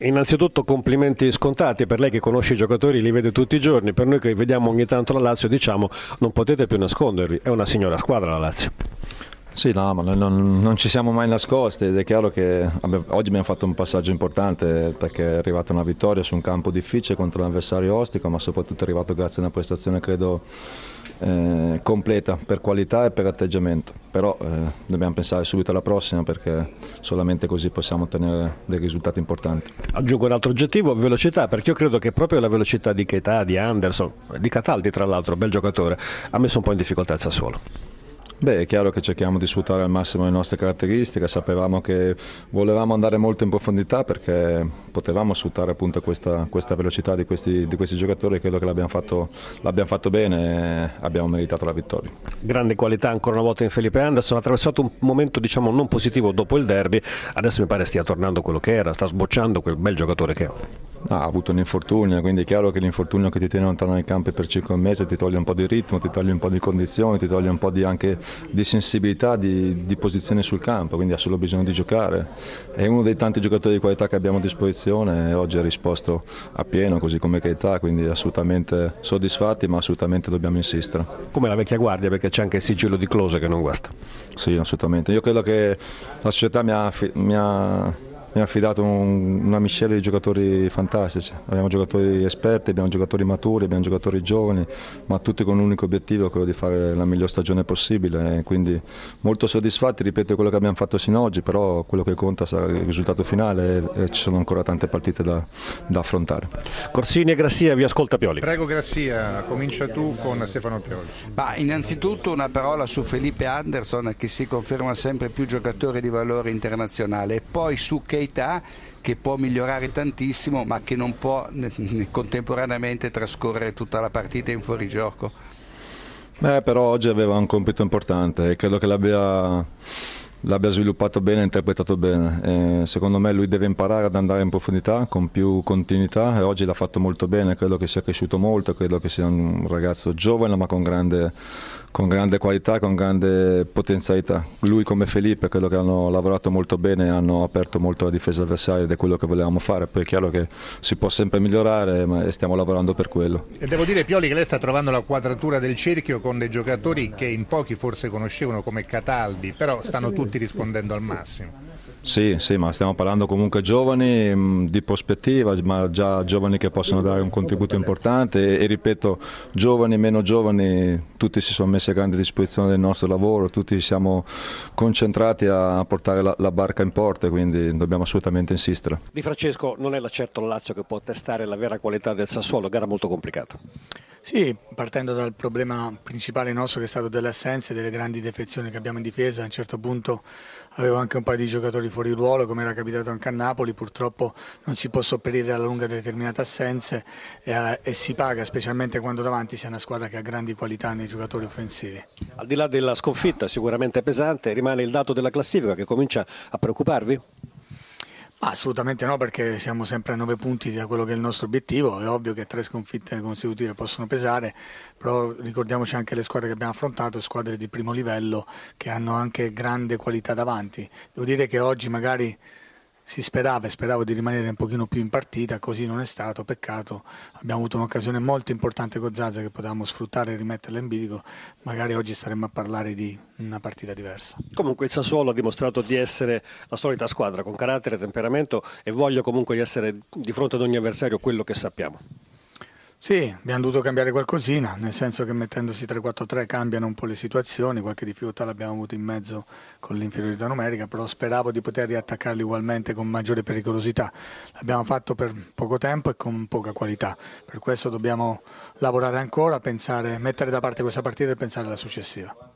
Innanzitutto complimenti scontati per lei che conosce i giocatori, li vede tutti i giorni, per noi che vediamo ogni tanto la Lazio diciamo non potete più nascondervi, è una signora squadra la Lazio. Sì, no, ma noi non ci siamo mai nascosti ed è chiaro che oggi abbiamo fatto un passaggio importante perché è arrivata una vittoria su un campo difficile contro un avversario ostico, ma soprattutto è arrivato grazie a una prestazione credo completa per qualità e per atteggiamento. Però dobbiamo pensare subito alla prossima perché solamente così possiamo ottenere dei risultati importanti. Aggiungo un altro oggettivo, velocità, perché io credo che proprio la velocità di Keita, di Anderson, di Cataldi tra l'altro, bel giocatore, ha messo un po' in difficoltà il Sassuolo. Beh, è chiaro che cerchiamo di sfruttare al massimo le nostre caratteristiche, sapevamo che volevamo andare molto in profondità perché potevamo sfruttare appunto questa velocità di questi giocatori, credo che l'abbiamo fatto bene e abbiamo meritato la vittoria. Grande qualità ancora una volta in Felipe Anderson, ha attraversato un momento diciamo non positivo dopo il derby, adesso mi pare stia tornando quello che era, sta sbocciando quel bel giocatore che è. Ha avuto un infortunio, quindi è chiaro che l'infortunio che ti tiene lontano dai campi per 5 mesi ti toglie un po' di ritmo, ti toglie un po' di condizioni, ti toglie un po' anche di sensibilità, di posizione sul campo, quindi ha solo bisogno di giocare. È uno dei tanti giocatori di qualità che abbiamo a disposizione e oggi ha risposto appieno, così come Keita, quindi assolutamente soddisfatti, ma assolutamente dobbiamo insistere. Come la vecchia guardia, perché c'è anche il sigillo di Klose che non guasta. Sì, assolutamente. Io credo che la società mi ha affidato una miscela di giocatori fantastici. Abbiamo giocatori esperti, abbiamo giocatori maturi, abbiamo giocatori giovani, ma tutti con un unico obiettivo, quello di fare la miglior stagione possibile. E quindi molto soddisfatti, ripeto quello che abbiamo fatto sino ad oggi, però quello che conta sarà il risultato finale e ci sono ancora tante partite da affrontare. Corsini e Grassia, vi ascolta Pioli. Prego Grassia, comincia tu con Stefano Pioli. Ma innanzitutto una parola su Felipe Anderson che si conferma sempre più giocatore di valore internazionale e poi su Keita che può migliorare tantissimo ma che non può contemporaneamente trascorrere tutta la partita in fuorigioco. Però oggi aveva un compito importante e credo che l'abbia sviluppato bene e interpretato bene. Secondo me lui deve imparare ad andare in profondità con più continuità e oggi l'ha fatto molto bene, credo che sia cresciuto molto, credo che sia un ragazzo giovane ma con grande qualità, con grande potenzialità. Lui come Felipe credo che hanno lavorato molto bene, hanno aperto molto la difesa avversaria ed è quello che volevamo fare, poi è chiaro che si può sempre migliorare ma stiamo lavorando per quello. E devo dire Pioli che lei sta trovando la quadratura del cerchio con dei giocatori che in pochi forse conoscevano come Cataldi, però stanno tutti rispondendo al massimo. Sì, ma stiamo parlando comunque giovani di prospettiva, ma già giovani che possono dare un contributo importante e ripeto, giovani, meno giovani, tutti si sono messi a grande disposizione del nostro lavoro, tutti siamo concentrati a portare la barca in porto e quindi dobbiamo assolutamente insistere. Di Francesco, non è certo la Lazio che può testare la vera qualità del Sassuolo, gara molto complicata. Sì, partendo dal problema principale nostro che è stato delle assenze, delle grandi defezioni che abbiamo in difesa, a un certo punto avevo anche un paio di giocatori fuori ruolo come era capitato anche a Napoli, purtroppo non si può sopperire alla lunga determinate assenze e si paga specialmente quando davanti si è una squadra che ha grandi qualità nei giocatori offensivi. Al di là della sconfitta sicuramente pesante, rimane il dato della classifica che comincia a preoccuparvi? Assolutamente no, perché siamo sempre a 9 punti da quello che è il nostro obiettivo. È ovvio che 3 sconfitte consecutive possono pesare, però ricordiamoci anche le squadre che abbiamo affrontato, squadre di primo livello che hanno anche grande qualità davanti. Devo dire che oggi magari speravo di rimanere un pochino più in partita, così non è stato, peccato. Abbiamo avuto un'occasione molto importante con Zaza che potevamo sfruttare e rimetterla in bilico, magari oggi staremmo a parlare di una partita diversa. Comunque il Sassuolo ha dimostrato di essere la solita squadra con carattere, temperamento e voglia comunque di essere di fronte ad ogni avversario quello che sappiamo. Sì, abbiamo dovuto cambiare qualcosina, nel senso che mettendosi 3-4-3 cambiano un po' le situazioni, qualche difficoltà l'abbiamo avuto in mezzo con l'inferiorità numerica, però speravo di poter riattaccarli ugualmente con maggiore pericolosità. L'abbiamo fatto per poco tempo e con poca qualità, per questo dobbiamo lavorare ancora, pensare, mettere da parte questa partita e pensare alla successiva.